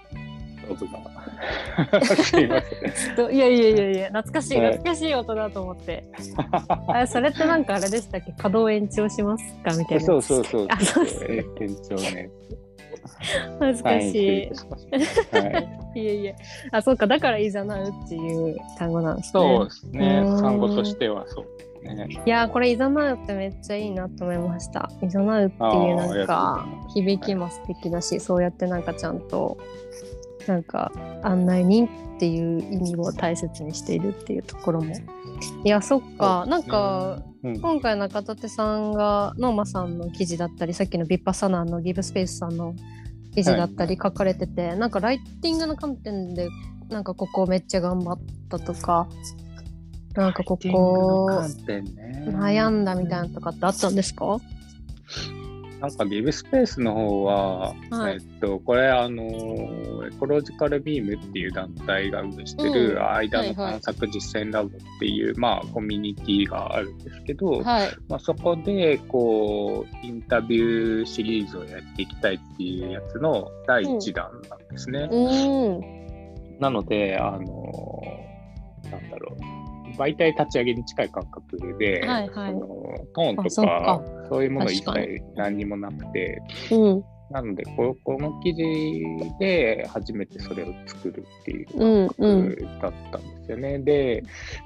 すいません。 いや懐かしい音だと思ってそれってなんかあれでしたっけ、稼働延長しますかみたいな。 そう延長ね。 恥ずかしい。いやそうか、だからいざなうっていう単語なんですね。 そうですね、単語としてはそうね。 いやこれいざなうってめっちゃいいなと思いました。いざなうっていうなんか響きも素敵だし、そうやってなんかちゃんとなんか案内人っていう意味を大切にしているっていうところも、いやそっか、なんか、今回中立さんがノーマさんの記事だったり、さっきのビッパサナーのギブスペースさんの記事だったり書かれてて、なんかライティングの観点でなんかここめっちゃ頑張ったとか、なんかここ悩んだみたいなとかってあったんですか？ なんかギブスペースの方は、これエコロジカルビームっていう団体が運営してる間の探索実践ラボっていう、コミュニティがあるんですけど、そこでこうインタビューシリーズをやっていきたいっていうやつの第1弾なんですね。なのでなんだろう、媒体立ち上げに近い感覚で、トーンとかそういうもの一切何にもなくて、なのでこの記事で初めてそれを作るっていう感覚だったんですよね。で、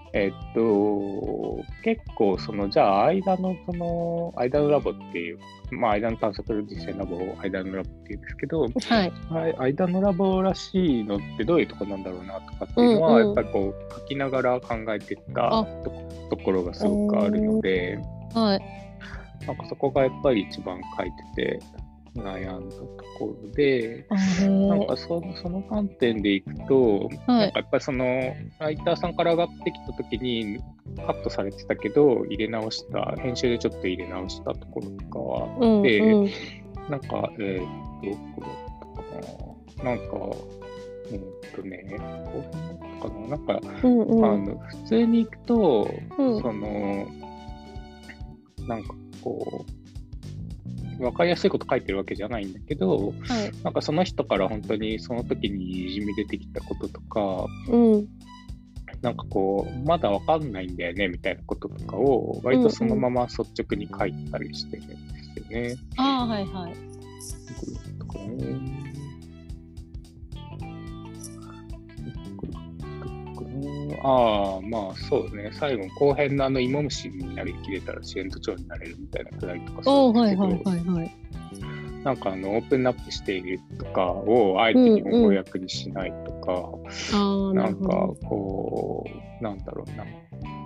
結構じゃあ間のラボっていう、間の探索実践ラボを間のラボっていうんですけど、間のラボらしいのってどういうところなんだろうなとかっていうのは、やっぱりこう書きながら考えていったところがすごくあるので、なんかそこがやっぱり一番書いてて悩んだところで、なんかその観点でいくと、なんかやっぱりライターさんから上がってきた時にカットされてたけど編集でちょっと入れ直したところとかはあって、なんかこれなんかこういうのかな、なんか、普通に行くと、なんかこう分かりやすいこと書いてるわけじゃないんだけど、 はい、 なんかその人から本当にその時ににじみ出てきたこととか、なんかこうまだ分かんないんだよねみたいなこととかを割とそのまま率直に書いたりしてるんですよね。 はいはい。 まあそうですね。最後後編の芋虫になりきれたら支援都庁になれるみたいなくらいとかそうですけど、なんかオープンアップしているとかをあえて日本語訳にしないとか、なんかこうなんだろうな、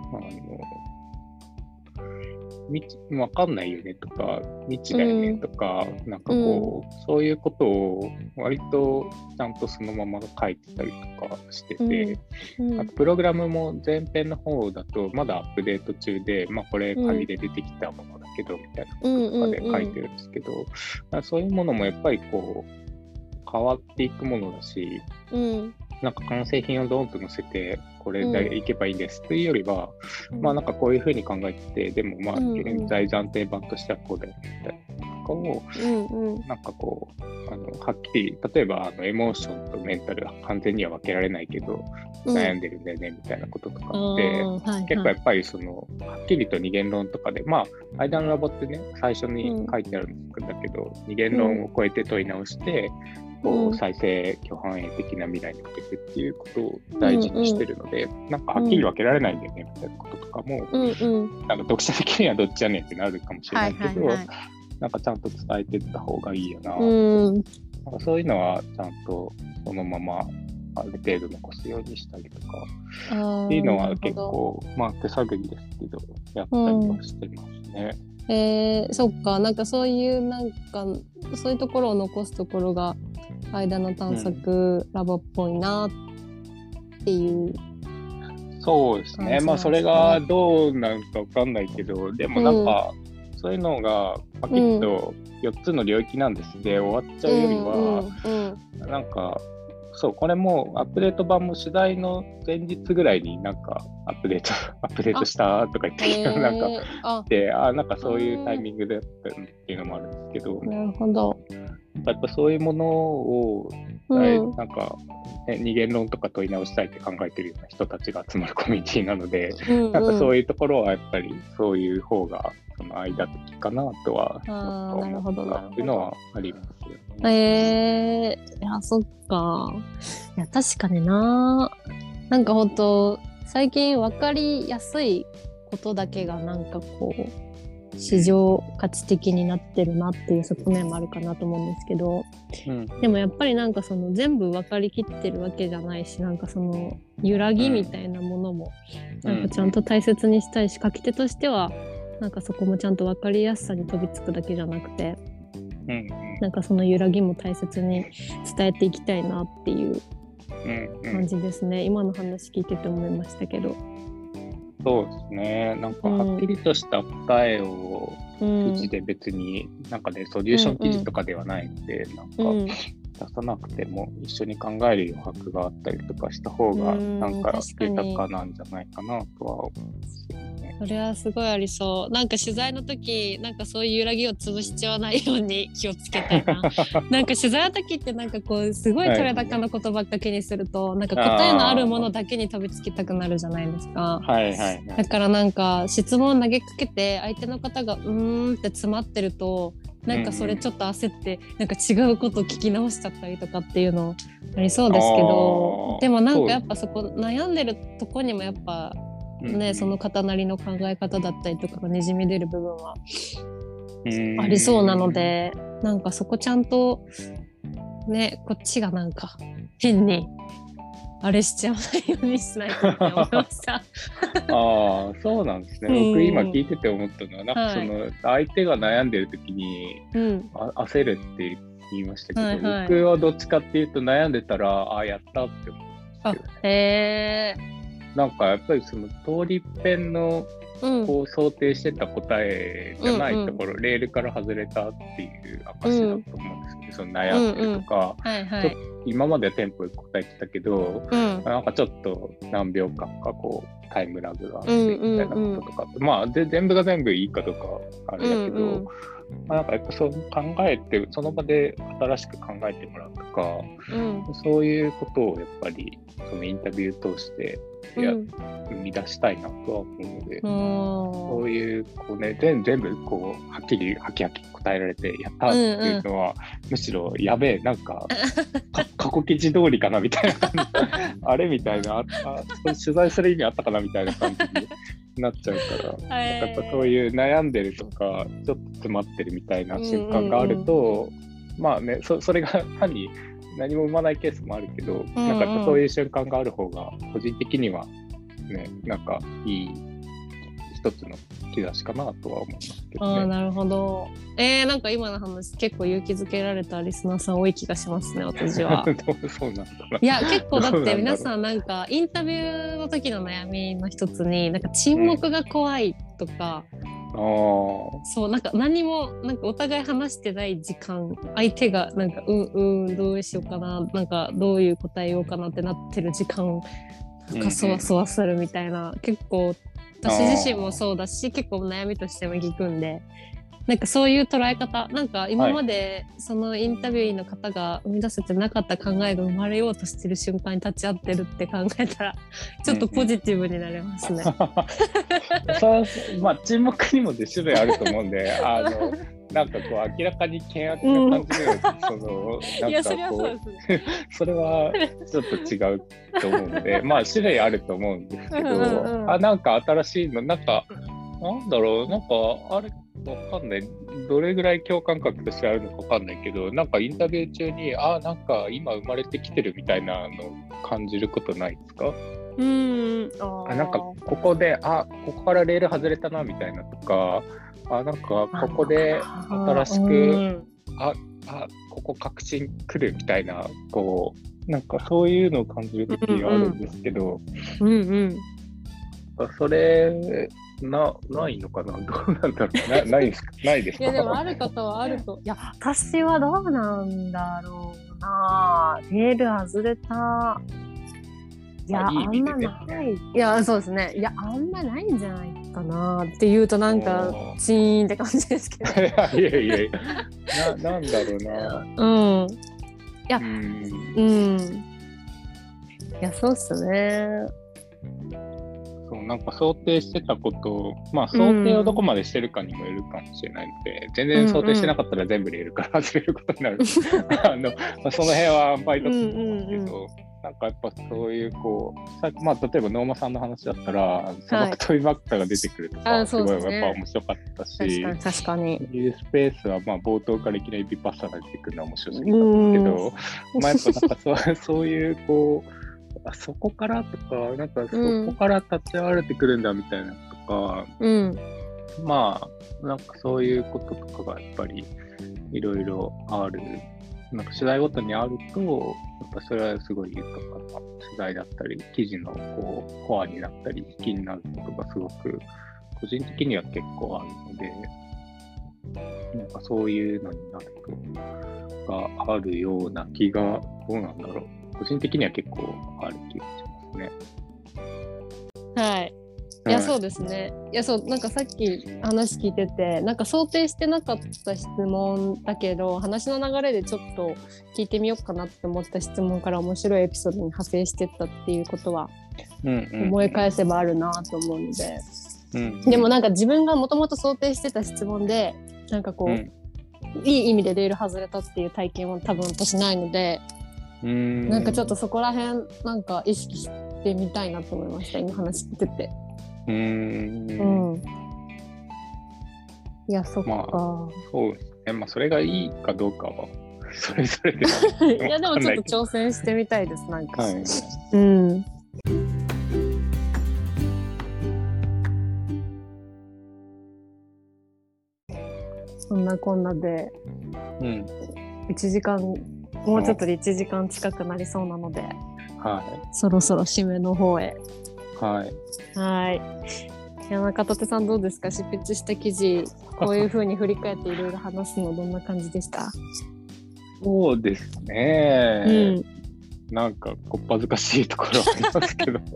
わかんないよねとか未知だよねとか、なんかこう、そういうことを割とちゃんとそのまま書いてたりとかしてて、あとプログラムも前編の方だとまだアップデート中で、これ紙で出てきたものだけどみたいなこととかで書いてるんですけど、そういうものもやっぱりこう変わっていくものだし、なんか完成品をドーンと載せてこれでいけばいいですというよりは、なんかこういうふうに考えてて、でも現在暫定版としてはこうだよみたいなとかを、なんかこうはっきり、例えばエモーションとメンタルは完全には分けられないけど、悩んでるんだよねみたいなこととかって、結構やっぱりはっきりと二元論とかで、間のラボってね最初に書いてあるんだけど、二元論を超えて問い直して、こう再生共犯営的な未来に向けてっていうことを大事にしてるので、なんかはっきり分けられないんだよねみたいなこととかも、なんか読者的にはどっちやねんってなるかもしれないけど、なんかちゃんと伝えていった方がいいよな、なんかそういうのはちゃんとそのままある程度残すようにしたりとかっていうのは結構手探りですけどやったりはしてますね。 そっか、なんかそういうそういうところを残すところが間の探索ラボっぽいなっていう、 そうですね。それがどうなるかわかんないけど、でもなんか、そういうのがパキッと4つの領域なんですで終わっちゃうよりは、なんかそう、これもアップデート版も取材の前日ぐらいになんかアップデートしたとか言ってなんかで、なんかそういうタイミングだったっていうのもあるんですけど、 なるほど。 やっぱそういうものを、なんか、二元論とか問い直したいって考えてるような人たちが集まるコミュニティなので、なんかそういうところはやっぱりそういう方がその間的かなとは思ったっていうのはありますよね。 いや、そっか。いや、確かにな。なんか本当最近分かりやすいことだけがなんかこう市場価値的になってるなっていう側面もあるかなと思うんですけど、でもやっぱりなんかその全部分かりきってるわけじゃないし、なんかその揺らぎみたいなものもなんかちゃんと大切にしたいし、書き手としてはなんかそこもちゃんと分かりやすさに飛びつくだけじゃなくて、なんかその揺らぎも大切に伝えていきたいなっていう感じですね。今の話聞いてて思いましたけど。 そうですね。なんかはっきりとした答えを記事で別になんかね、ソリューション記事とかではないので、なんか出さなくても一緒に考える余白があったりとかした方がなんか豊かなんじゃないかなとは思いますよね。 それはすごいありそう。なんか取材の時なんかそういう揺らぎを潰しちゃわないように気をつけたいな。なんか取材の時ってなんかこうすごい取れ高のことばっか気にすると、なんか答えのあるものだけに飛びつきたくなるじゃないですか。だからなんか質問投げかけて相手の方がって詰まってると、なんかそれちょっと焦ってなんか違うことを聞き直しちゃったりとかっていうのありそうですけど、でもなんかやっぱそこ悩んでるとこにもやっぱね、その方なりの考え方だったりとかがにじみ出る部分はありそうなので、なんかそこちゃんとね、こっちがなんか変にあれしちゃわないようにしないとって思いました。 そうなんですね。僕今聞いてて思ったのは、なんかその相手が悩んでる時に、焦るって言いましたけど、僕はどっちかっていうと悩んでたらやったって思うんですけど、なんかやっぱりその通りっぺんのこう想定してた答えじゃないところ、レールから外れたっていう証だと思うんですでその悩んでるとか、ちょっと今まではテンポよく答えてたけど、なんかちょっと何秒間かこうタイムラグがあってみたいなこととか、まあで全部が全部いいかどうかあれだけど、なんかやっぱそう考えてその場で新しく考えてもらうとか、そういうことをやっぱりそのインタビュー通して生み出したいなとは思うので、そういうこうね全部こうはっきり答えられてやったっていうのは、むしろやべえなんか過去記事通りかなみたいなあれみたいな取材する意味あったかなみたいな感じになっちゃうから、やっぱそういう悩んでるとかちょっと詰まってるみたいな瞬間があると、まあねそれが単に何も生まないケースもあるけど、なんかやっぱそういう瞬間がある方が個人的にはね、なんかいい一つの兆しかなとは思いますけどね。 なるほど。なんか今の話結構勇気づけられたリスナーさん多い気がしますね、私は。 そうなんだな。 いや結構だって皆さんなんかインタビューの時の悩みの一つになんか沈黙が怖いとか、そうなんか何もなんかお互い話してない時間、相手がなんかどうしようかな、なんかどういう答えようかなってなってる時間、なんかそわそわするみたいな、結構私自身もそうだし結構悩みとしても聞くんで、なんかそういう捉え方、なんか今までそのインタビューの方が生み出せてなかった考えが生まれようとしてる瞬間に立ち会ってるって考えたらちょっとポジティブになれますね。 まあ沈黙にも種類あると思うんでなんかこう明らかに険悪な感じで、なんかこうそれはちょっと違うと思うんでまあ種類あると思うんですけど、なんか新しいのなんかなんだろう、なんかあれわかんない、どれぐらい共感覚としてあるのかわかんないけど、なんかインタビュー中になんか今生まれてきてるみたいなの感じることないですか？なんかここでここからレール外れたなみたいなとか、なんかここで新しくここ確信来るみたいな、こうなんかそういうのを感じる時があるんですけど、それないのかな、どうなんだろう、ないですか？ないですか？ いやでもあることはあると。いや私はどうなんだろうな。レール外れた。いや、あんまない。いや、そうですね。いや、あんまないんじゃないかなって言うとなんかチーンって感じですけど。 いやなんだろうな。いや、いや、そうっすね。 そうなんか想定してたことを、まあ想定をどこまでしてるかにもよるかもしれないので、全然想定してなかったら全部レールから外れることになる。その辺はバイトするんですけど、なんかやっぱそういうこう、まあ例えばノーマさんの話だったら、砂漠飛びバッターが出てくるとか、すごいやっぱ面白かったし、 確かに。 いうスペースはまあ冒頭からいきなりビパッサが出てくるのは面白すぎたんですけど、まあやっぱなんかそういうこう、そこからとか、なんかそこから立ち上がれてくるんだみたいなとか、まあなんかそういうこととかがやっぱりいろいろある、なんか取材ごとにあると、やっぱそれはすごい豊かな取材だったり、記事のこうコアになったり、引きになることがすごく個人的には結構あるので、なんかそういうのになるとがあるような気が、どうなんだろう。個人的には結構ある気がしますね。 はい。いや、そうですね。いや、そう、なんかさっき話聞いてて、なんか想定してなかった質問だけど、話の流れでちょっと聞いてみようかなって思った質問から面白いエピソードに派生してったっていうことは、思い返せばあるなと思うので、でもなんか自分がもともと想定してた質問で、なんかこう、いい意味でレール外れたっていう体験は多分私ないので、なんかちょっとそこら辺なんか意識してみたいなと思いました、今話聞いてて。いや、そっか。 まあ、そうですね。まあ、それがいいかどうかはそれぞれでいや、でもちょっと挑戦してみたいです、なんか。そんなこんなで、1時間、もうちょっとで1時間近くなりそうなので、そろそろ締めの方へ。中立さんどうですか？執筆した記事、こういう風に振り返っていろいろ話すのどんな感じでした？ そうですね。なんかこっぱずかしいところはありますけどなんか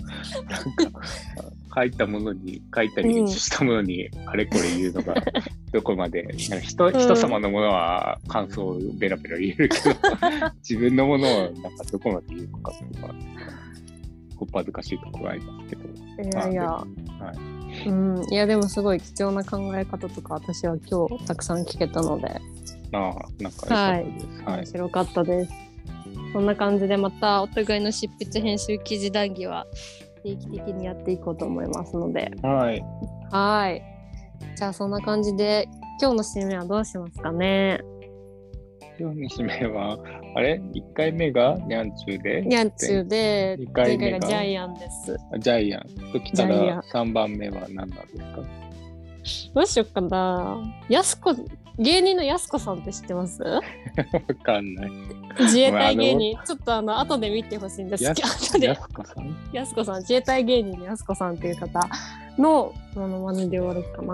書いたり編集したものにあれこれ言うのがどこまでなんか人様のものは感想をベラベラ言えるけど自分のものをなんかどこまで言うのかっていうのはこっぱずかしいところがありますけど。 いやでもすごい貴重な考え方とか私は今日たくさん聞けたので、 なんか良かったです。 面白かったです。そんな感じでまたお互いの執筆編集記事談義は定期的にやっていこうと思いますので、はい。じゃあそんな感じで今日の締めはどうしますかね。 今日の締めは1回目がニャンチューで 2回目がジャイアンです。 ジャイアンときたら3番目は何なんですか。 どうしよっかな。芸人のやすこさんって知ってます？わかんない。 自衛隊芸人、ちょっと後で見てほしいんですけど、やすこさん、自衛隊芸人のやすこさんっていう方のモノマネで終わるかな。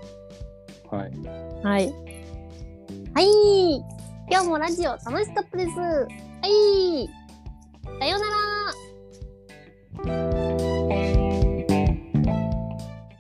はい。今日もラジオ楽しかったです。さようなら。